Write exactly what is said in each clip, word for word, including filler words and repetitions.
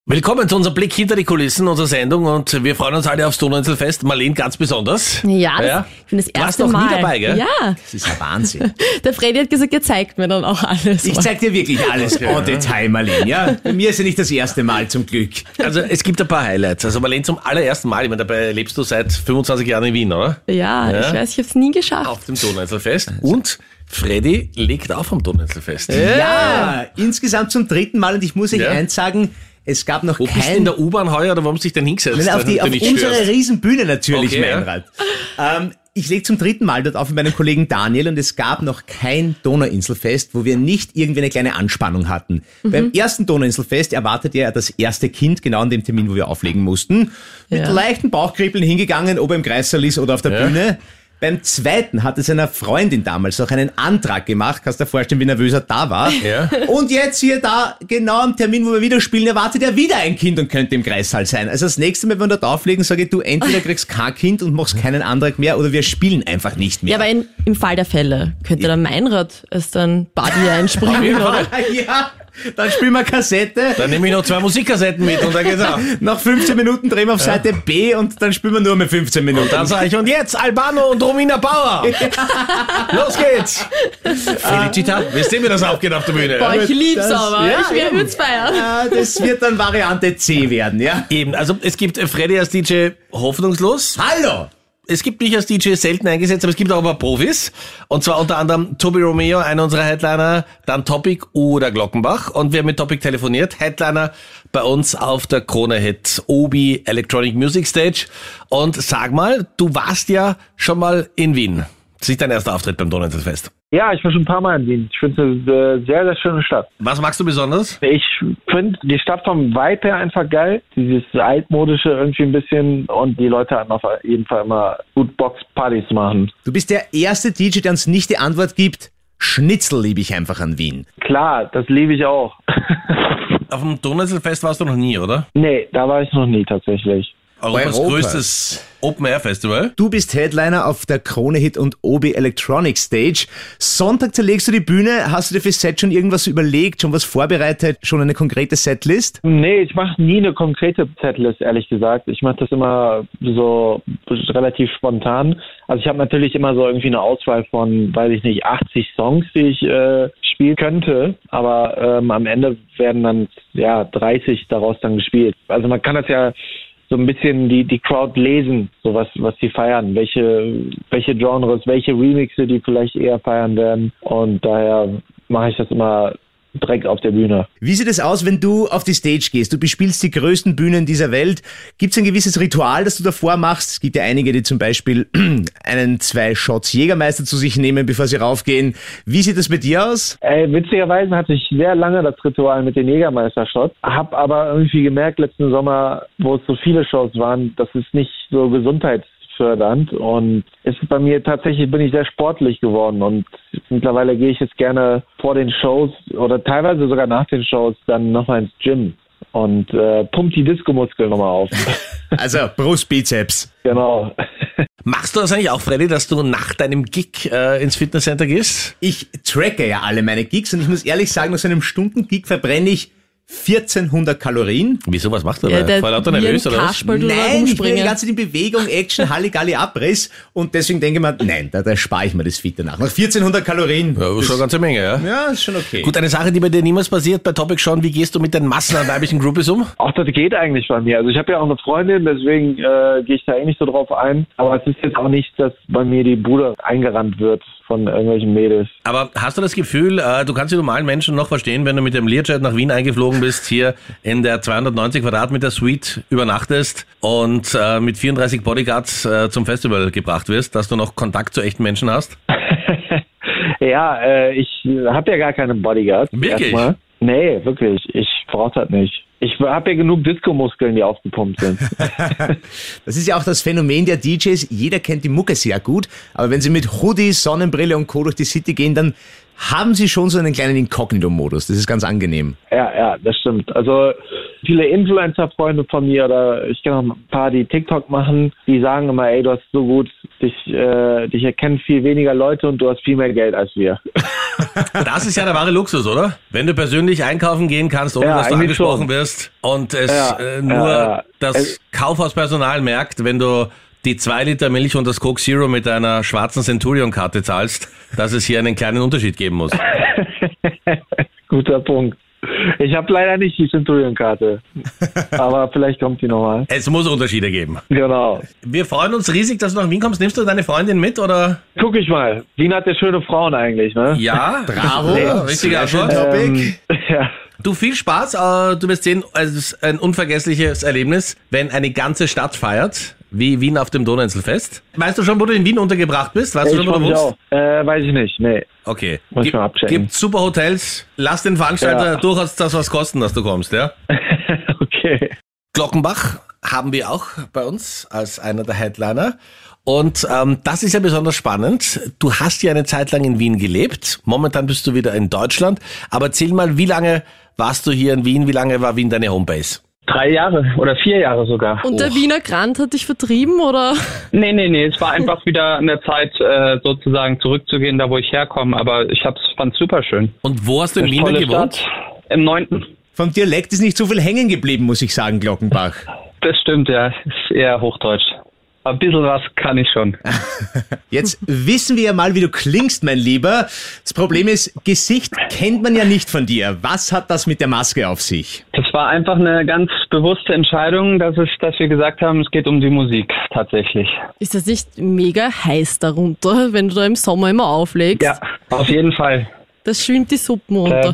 Willkommen zu unserem Blick hinter die Kulissen unserer Sendung und wir freuen uns alle aufs Donauinselfest. Marlene ganz besonders. Ja, das, ja. ich bin das erste Mal. Du warst noch Mal. nie dabei, gell? Ja. Das ist ein Wahnsinn. Der Freddy hat gesagt, er zeigt mir dann auch alles. Ich zeig dir wirklich alles en Detail, Marlene. Ja? Bei mir ist ja nicht das erste Mal, zum Glück. Also es gibt ein paar Highlights. Also Marlene, zum allerersten Mal, ich meine, dabei lebst du seit fünfundzwanzig Jahren in Wien, oder? Ja, ja. ich weiß, ich habe es nie geschafft. Auf dem Donauinselfest. Und Freddy legt auf am Donauinselfest. Ja. ja, insgesamt zum dritten Mal und ich muss euch ja. eins sagen, es gab noch Wo kein... bist du in der U-Bahn heuer oder warum hast du dich denn hingesetzt? Nein, auf, die, auf unsere störst. Riesenbühne natürlich, okay, Meinrad. Ja. Ähm, ich lege zum dritten Mal dort auf mit meinem Kollegen Daniel und es gab noch kein Donauinselfest, wo wir nicht irgendwie eine kleine Anspannung hatten. Mhm. Beim ersten Donauinselfest erwartet er das erste Kind, genau an dem Termin, wo wir auflegen mussten. Mit ja. leichten Bauchkribbeln hingegangen, ob er im Kreissaal ist oder auf der ja. Bühne. Beim zweiten hat es seiner Freundin damals auch einen Antrag gemacht. Kannst du dir vorstellen, wie nervös er da war. Ja. Und jetzt hier da, genau am Termin, wo wir wieder spielen, erwartet er wieder ein Kind und könnte im Kreissaal sein. Also das nächste Mal, wenn wir dort auflegen, sage ich, du entweder kriegst kein Kind und machst keinen Antrag mehr oder wir spielen einfach nicht mehr. Ja, aber in, im Fall der Fälle könnte der Meinrad als dann Buddy einspringen, oder? Ja. Dann spielen wir Kassette. Dann nehme ich noch zwei Musikkassetten mit und dann geht's auch. Nach fünfzehn Minuten drehen wir auf Seite ja. B und dann spielen wir nur mit fünfzehn Minuten. Und dann sage ich, und jetzt Albano und Romina Bauer. Los geht's. Felicita, wisst ihr, wie das aufgeht auf der Bühne? Boah, ich lieb's das, aber. Ja, ich werde es feiern. Ja, das wird dann Variante C werden, ja? Eben, also es gibt Freddy als D J hoffnungslos. Hallo! Es gibt mich als D J selten eingesetzt, aber es gibt auch ein paar Profis. Und zwar unter anderem Tobi Romeo, einer unserer Headliner, dann Topic oder Glockenbach. Und wir haben mit Topic telefoniert. Headliner bei uns auf der Krone Hit Obi Electronic Music Stage. Und sag mal, du warst ja schon mal in Wien. Das ist dein erster Auftritt beim Donauinselfest. Ja, ich war schon ein paar Mal in Wien. Ich finde es eine sehr, sehr schöne Stadt. Was magst du besonders? Ich finde die Stadt vom Vibe her einfach geil. Dieses altmodische irgendwie ein bisschen und die Leute haben auf jeden Fall immer gut Bock, Partys zu machen. Du bist der erste D J, der uns nicht die Antwort gibt, Schnitzel liebe ich einfach an Wien. Klar, das liebe ich auch. Auf dem Donauinselfest warst du noch nie, oder? Nee, da war ich noch nie tatsächlich. Europas Europa. größtes Open-Air-Festival. Du bist Headliner auf der Krone Hit und Obi Electronic Stage. Sonntag zerlegst du die Bühne. Hast du dir fürs Set schon irgendwas überlegt, schon was vorbereitet, schon eine konkrete Setlist? Nee, ich mache nie eine konkrete Setlist, ehrlich gesagt. Ich mache das immer so relativ spontan. Also ich habe natürlich immer so irgendwie eine Auswahl von, weiß ich nicht, achtzig Songs, die ich äh, spielen könnte. Aber ähm, am Ende werden dann ja dreißig daraus dann gespielt. Also man kann das ja so ein bisschen die, die Crowd lesen, so was, was die feiern, welche, welche Genres, welche Remixe die vielleicht eher feiern werden. Und daher mache ich das immer direkt auf der Bühne. Wie sieht es aus, wenn du auf die Stage gehst? Du bespielst die größten Bühnen dieser Welt. Gibt es ein gewisses Ritual, das du davor machst? Es gibt ja einige, die zum Beispiel einen, zwei Shots Jägermeister zu sich nehmen, bevor sie raufgehen. Wie sieht das bei dir aus? Äh, witzigerweise hatte ich sehr lange das Ritual mit den Jägermeister-Shots. Hab aber irgendwie gemerkt letzten Sommer, wo es so viele Shows waren, das ist nicht so gesundheitsfördernd. Und es ist bei mir tatsächlich, bin ich sehr sportlich geworden und mittlerweile gehe ich jetzt gerne vor den Shows oder teilweise sogar nach den Shows dann nochmal ins Gym und äh, pumpt die Disco-Muskeln nochmal auf. Also Brust, Bizeps. Genau. Machst du das eigentlich auch, Freddy, dass du nach deinem Gig äh, ins Fitnesscenter gehst? Ich tracke ja alle meine Gigs und ich muss ehrlich sagen, nach so einem Stunden-Gig verbrenne ich vierzehnhundert Kalorien. Wieso, was macht er Ja, da? Voll lauter nervös, oder was? Kasperl, du da Nein, ich bin die rumspringen. ganze Zeit in Bewegung, Action, Halligalli, Abriss und deswegen denke ich mir, nein, da, da spare ich mir das Fit danach. Nach vierzehnhundert Kalorien. Ja, das ist schon eine ganze Menge, ja? Ja, ist schon okay. Gut, eine Sache, die bei dir niemals passiert, bei Topic schon, wie gehst du mit den Massen an weiblichen Groupies um? Auch das geht eigentlich bei mir. Also ich habe ja auch eine Freundin, deswegen äh, gehe ich da eh nicht so drauf ein. Aber es ist jetzt auch nicht, dass bei mir die Bude eingerannt wird von irgendwelchen Mädels. Aber hast du das Gefühl, äh, du kannst die normalen Menschen noch verstehen, wenn du mit dem Learjet nach Wien eingeflogen bist, hier in der zweihundertneunzig Quadratmeter Suite übernachtest und äh, mit vierunddreißig Bodyguards äh, zum Festival gebracht wirst, dass du noch Kontakt zu echten Menschen hast? Ja, äh, ich habe ja gar keine Bodyguards. Wirklich? Erstmal. Nee, wirklich. Ich brauche das nicht. Ich habe ja genug Disco-Muskeln, die aufgepumpt sind. Das ist ja auch das Phänomen der D Js. Jeder kennt die Mucke sehr gut, aber wenn sie mit Hoodie, Sonnenbrille und Co. durch die City gehen, dann haben sie schon so einen kleinen Inkognito-Modus. Das ist ganz angenehm. Ja, ja, das stimmt. Also viele Influencer-Freunde von mir oder ich kenne auch ein paar, die TikTok machen, die sagen immer, ey, du hast so gut, dich, äh, dich erkennen viel weniger Leute und du hast viel mehr Geld als wir. Das ist ja der wahre Luxus, oder? Wenn du persönlich einkaufen gehen kannst, ohne Ja, dass du eigentlich angesprochen schon. wirst und es Ja, äh, nur ja, ja. das Es- Kaufhauspersonal merkt, wenn du die zwei Liter Milch und das Coke Zero mit einer schwarzen Centurion-Karte zahlst, dass es hier einen kleinen Unterschied geben muss. Guter Punkt. Ich habe leider nicht die Centurion-Karte, aber vielleicht kommt die nochmal. Es muss Unterschiede geben. Genau. Wir freuen uns riesig, dass du nach Wien kommst. Nimmst du deine Freundin mit, oder? Guck ich mal. Wien hat ja schöne Frauen eigentlich, ne? Ja, Bravo. Ja, richtige Sehr schön, Antwort. Topic. Ähm, ja. Du, viel Spaß. äh, Du wirst sehen, es ist ein unvergessliches Erlebnis, wenn eine ganze Stadt feiert, wie Wien auf dem Donauinselfest. Weißt du schon, wo du in Wien untergebracht bist? Weißt du Ich schon, wo freue du mich wohnst? auch. Äh, weiß ich nicht. Nee. Okay. Muss ich mal abchecken. Gibt super Hotels. Lass den Veranstalter Ja. durchaus das was kosten, dass du kommst, ja? Okay. Glockenbach haben wir auch bei uns als einer der Headliner. Und ähm, das ist ja besonders spannend. Du hast ja eine Zeit lang in Wien gelebt. Momentan bist du wieder in Deutschland. Aber erzähl mal, wie lange warst du hier in Wien? Wie lange war Wien deine Homebase? Drei Jahre oder vier Jahre sogar. Und der Wiener Grand hat dich vertrieben, oder? Nee, nee, nee, es war einfach wieder eine Zeit, äh, sozusagen zurückzugehen, da wo ich herkomme. Aber ich hab's, fand's super schön. Und wo hast du in Eine Wien dann tolle gewohnt? Stadt. Im neunten. Vom Dialekt ist nicht so viel hängen geblieben, muss ich sagen, Glockenbach. Das stimmt, ja. Ist eher Hochdeutsch. Ein bisschen was kann ich schon. Jetzt wissen wir ja mal, wie du klingst, mein Lieber. Das Problem ist, Gesicht kennt man ja nicht von dir. Was hat das mit der Maske auf sich? Das war einfach eine ganz bewusste Entscheidung, dass, es, dass wir gesagt haben, es geht um die Musik tatsächlich. Ist das nicht mega heiß darunter, wenn du da im Sommer immer auflegst? Ja, auf jeden Fall. Das schwimmt die Suppen runter.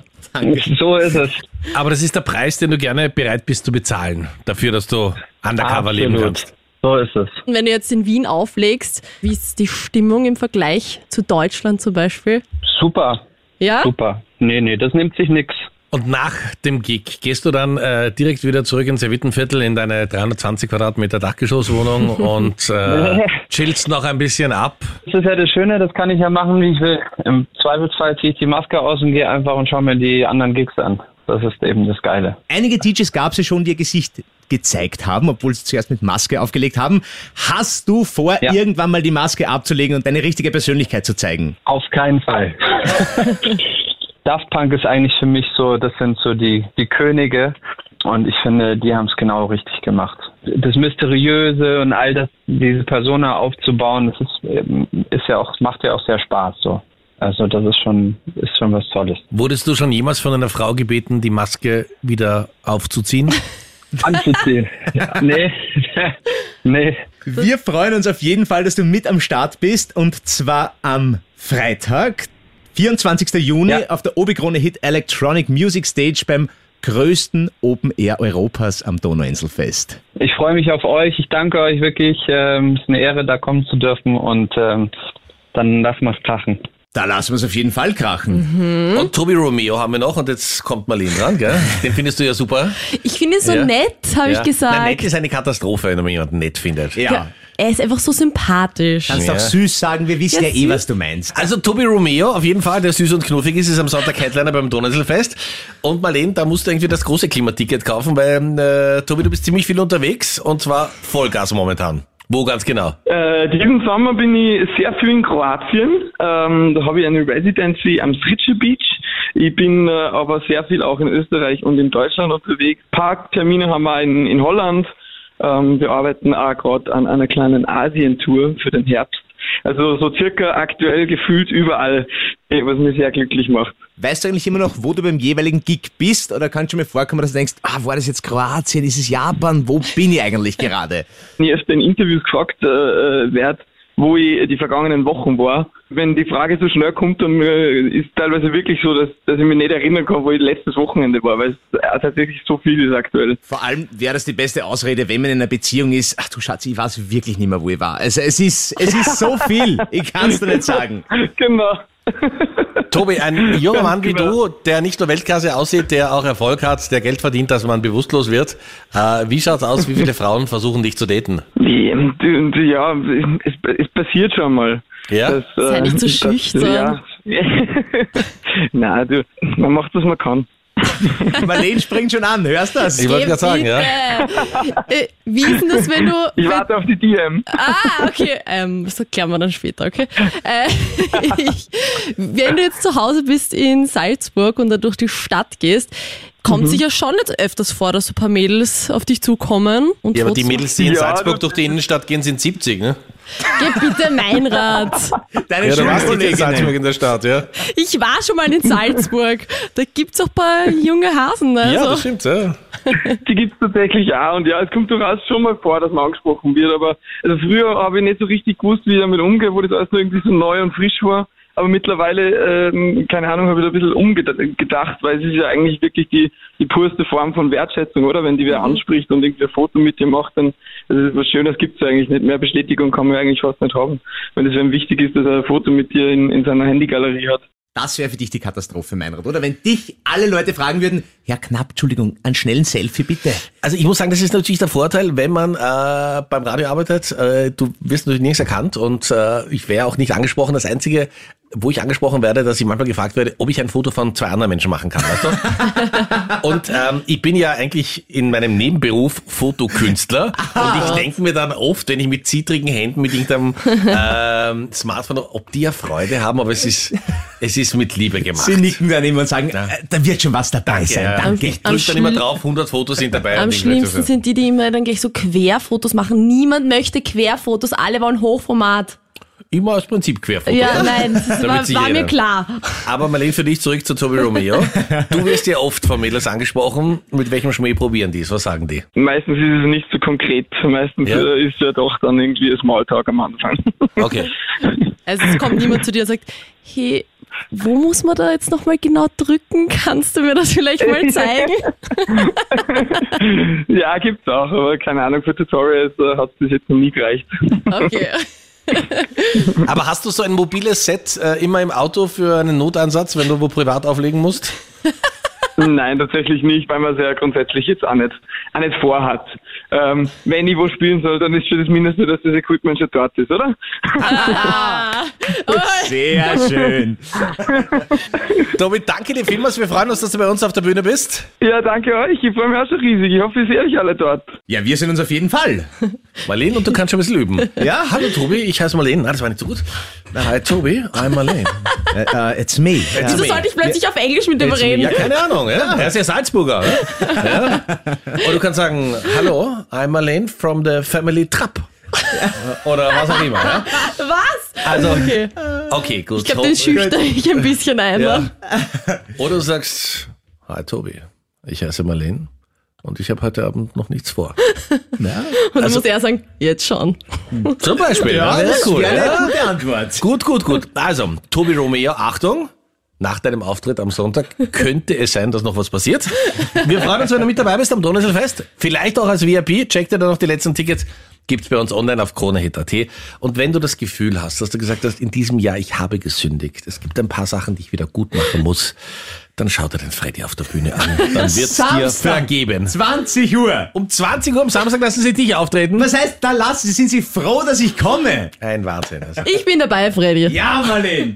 So ist es. Aber das ist der Preis, den du gerne bereit bist zu bezahlen, dafür, dass du undercover leben Absolut. kannst. So ist es. Und wenn du jetzt in Wien auflegst, wie ist die Stimmung im Vergleich zu Deutschland zum Beispiel? Super, Ja? super. Nee, nee, das nimmt sich nix. Und nach dem Gig gehst du dann äh, direkt wieder zurück ins Serviettenviertel in deine dreihundertzwanzig Quadratmeter Dachgeschosswohnung und äh, chillst noch ein bisschen ab. Das ist ja das Schöne, das kann ich ja machen, wie ich will. Im Zweifelsfall ziehe ich die Maske aus und gehe einfach und schaue mir die anderen Gigs an. Das ist eben das Geile. Einige D Js gab es ja schon, die ihr Gesicht gezeigt haben, obwohl sie zuerst mit Maske aufgelegt haben. Hast du vor, Ja. irgendwann mal die Maske abzulegen und deine richtige Persönlichkeit zu zeigen? Auf keinen Fall. Daft Punk ist eigentlich für mich so, das sind so die, die Könige und ich finde, die haben es genau richtig gemacht. Das Mysteriöse und all das, diese Persona aufzubauen, das ist, ähm, ist ja auch, macht ja auch sehr Spaß so. Also das ist schon, ist schon was Tolles. Wurdest du schon jemals von einer Frau gebeten, die Maske wieder aufzuziehen? Anzuziehen. Nee, nee. Wir freuen uns auf jeden Fall, dass du mit am Start bist und zwar am Freitag, vierundzwanzigsten Juni, Ja. auf der Obi-Krone Hit Electronic Music Stage beim größten Open Air Europas am Donauinselfest. Ich freue mich auf euch. Ich danke euch wirklich. Ähm, es ist eine Ehre, da kommen zu dürfen und ähm, dann lassen wir es krachen. Da lassen wir es auf jeden Fall krachen. Und Tobi Romeo haben wir noch und jetzt kommt Marlene dran, gell? Den findest du ja super. Ich finde ihn so Ja. nett, habe Ja. ich gesagt. Na, nett ist eine Katastrophe, wenn man jemanden nett findet. Ja. Er ist einfach so sympathisch. Kannst Ja. auch süß sagen, wir wissen Ja, ja, eh, süß. was du meinst. Also Tobi Romeo, auf jeden Fall, der süß und knuffig ist, ist am Sonntag Headliner beim Donauinselfest. Und Marlene, da musst du irgendwie das große Klimaticket kaufen, weil äh, Tobi, du bist ziemlich viel unterwegs und zwar Vollgas momentan. Wo ganz genau? Äh, diesen Sommer bin ich sehr viel in Kroatien. Ähm, da habe ich eine Residency am Srice Beach. Ich bin äh, aber sehr viel auch in Österreich und in Deutschland unterwegs. Parktermine haben wir in, in Holland. Ähm, wir arbeiten auch gerade an einer kleinen Asien-Tour für den Herbst. Also so circa aktuell gefühlt überall, eh, was mich sehr glücklich macht. Weißt du eigentlich immer noch, wo du beim jeweiligen Gig bist? Oder kannst du mir vorkommen, dass du denkst, ah, war das jetzt Kroatien, ist es Japan? Wo bin ich eigentlich gerade? Ich erst in Interviews gefragt äh, werde, wo ich die vergangenen Wochen war. Wenn die Frage so schnell kommt, dann äh, ist teilweise wirklich so, dass, dass ich mich nicht erinnern kann, wo ich letztes Wochenende war, weil es äh, tatsächlich so viel ist aktuell. Vor allem wäre das die beste Ausrede, wenn man in einer Beziehung ist, ach du Schatz, ich weiß wirklich nicht mehr, wo ich war. Also es ist, es ist so viel, ich kann es dir nicht sagen. Genau. Tobi, ein junger Mann wie genau. du, der nicht nur Weltklasse aussieht, der auch Erfolg hat, der Geld verdient, dass man bewusstlos wird. Äh, wie schaut's aus? Wie viele Frauen versuchen dich zu daten? Nee, du, du, ja, es, es passiert schon mal. Ja? Das, Sei nicht so das- schüchtern. Ja. Nein, du, man macht, was man kann. Marlene springt schon an, hörst du das? Ich wollte gerade sagen, ja. Äh, wie ist denn das, wenn du... Ich wenn, warte auf die D M. ah, okay. Ähm, das erklären wir dann später, okay? Äh, ich, wenn du jetzt zu Hause bist in Salzburg und da durch die Stadt gehst, kommt Mhm. sicher schon jetzt öfters vor, dass so ein paar Mädels auf dich zukommen. Und Ja, aber die Fotos Mädels, die in Ja, Salzburg das- durch die Innenstadt gehen, sind siebzig, ne? machen. Geh bitte Meinrad. Deine Ja, du warst nicht in Schulkolleginnen. Salzburg in der Stadt, ja? Ich war schon mal in Salzburg. Da gibt's auch ein paar junge Hasen. Ne? Ja, Also, das stimmt, ja. Die gibt's tatsächlich auch und ja, es kommt durchaus schon mal vor, dass man angesprochen wird, aber also früher habe ich nicht so richtig gewusst, wie ich damit umgehe, wo das alles nur irgendwie so neu und frisch war, aber mittlerweile, ähm, keine Ahnung, habe ich da ein bisschen umgedacht, weil es ist ja eigentlich wirklich die, die purste Form von Wertschätzung, oder? Wenn die wer anspricht und irgendwie ein Foto mit dir macht, dann das ist was Schönes gibt's ja eigentlich nicht. Mehr Bestätigung kann man eigentlich fast nicht haben, wenn es wem wichtig ist, dass er ein Foto mit dir in, in seiner Handygalerie hat. Das wäre für dich die Katastrophe, Meinrad, oder? Wenn dich alle Leute fragen würden, Herr Knapp, Entschuldigung, einen schnellen Selfie bitte. Also ich muss sagen, das ist natürlich der Vorteil, wenn man äh, beim Radio arbeitet. Äh, du wirst natürlich nirgends erkannt und äh, ich wäre auch nicht angesprochen. Das Einzige, wo ich angesprochen werde, dass ich manchmal gefragt werde, ob ich ein Foto von zwei anderen Menschen machen kann, weißt du? Und ähm, ich bin ja eigentlich in meinem Nebenberuf Fotokünstler und ich denke mir dann oft, wenn ich mit zittrigen Händen mit irgendeinem ähm, Smartphone, ob die ja Freude haben, aber es ist, es ist mit Liebe gemacht. Sie nicken dann immer und sagen, äh, da wird schon was dabei sein, Ja, danke. ich Am drück dann immer schlimm- drauf, hundert Fotos sind dabei. am und ich schlimmsten so, sind die, die immer dann gleich so Querfotos machen. Niemand möchte Querfotos, alle wollen Hochformat. immer aus Prinzip Querfoto. Ja, nein, das Damit war, sich war jeder- mir klar. Aber Marlene, für dich zurück zu Tobi Romeo. Du wirst ja oft von Mädels angesprochen. Mit welchem Schmäh probieren die es? Was sagen die? Meistens ist es nicht so konkret. Meistens Ja. äh, ist ja doch dann irgendwie ein Smalltalk am Anfang. Okay. Also es kommt niemand zu dir und sagt, hey, wo muss man da jetzt nochmal genau drücken? Kannst du mir das vielleicht mal zeigen? Ja, gibt's auch, aber keine Ahnung, für Tutorials äh, hat es bis jetzt noch nie gereicht. Okay. Aber hast du so ein mobiles Set äh, immer im Auto für einen Noteinsatz, wenn du wo privat auflegen musst? Nein, tatsächlich nicht, weil man es ja grundsätzlich jetzt auch nicht, auch nicht vorhat. Ähm, wenn ich wo spielen soll, dann ist schon das Mindeste, dass das Equipment schon dort ist, oder? Ah. Sehr schön. Tobi, danke dir vielmals. Wir freuen uns, dass du bei uns auf der Bühne bist. Ja, danke euch. Ich freue mich auch schon riesig. Ich hoffe, ich sehe euch alle dort. Ja, wir sind uns auf jeden Fall. Marlene, und du kannst schon ein bisschen üben. Ja? Hallo Tobi, ich heiße Marlene. Nein, das war nicht so gut. Na, hi Tobi, I'm Marlene. Äh, äh, it's me. Wieso sollte ich plötzlich auf Englisch mit dem Ja, reden? keine Ahnung. Ja? Er ist ja Salzburger. Ja? Und du kannst sagen, hallo, I'm Marlene from the family Trapp. Oder was auch immer. Ja? Was? Also, Okay. okay, gut. Ich glaube, den schüchter ich ein bisschen ein. Ja. Ne? Oder du sagst, hi Tobi, ich heiße Marlene und ich habe heute Abend noch nichts vor. Und dann muss er sagen, jetzt schon. Zum Beispiel. Ja, ja, das cool. wäre Ja. eine gute Antwort. Gut, gut, gut. Also, Tobi Romeo, Achtung. Nach deinem Auftritt am Sonntag könnte es sein, dass noch was passiert. Wir freuen uns, wenn du mit dabei bist am Donauinselfest. Vielleicht auch als V I P. Check dir da noch die letzten Tickets. Gibt's bei uns online auf kronehit punkt at. Und wenn du das Gefühl hast, dass du gesagt hast, in diesem Jahr, ich habe gesündigt, es gibt ein paar Sachen, die ich wieder gut machen muss, dann schau dir den Freddy auf der Bühne an. Dann wird's dir Samstag, vergeben. zwanzig Uhr. Um zwanzig Uhr am Samstag lassen sie dich auftreten. Was heißt, da lassen Sie, sind Sie froh, dass ich komme? Ein Wahnsinn. Also. Ich bin dabei, Freddy. Ja, Marlene.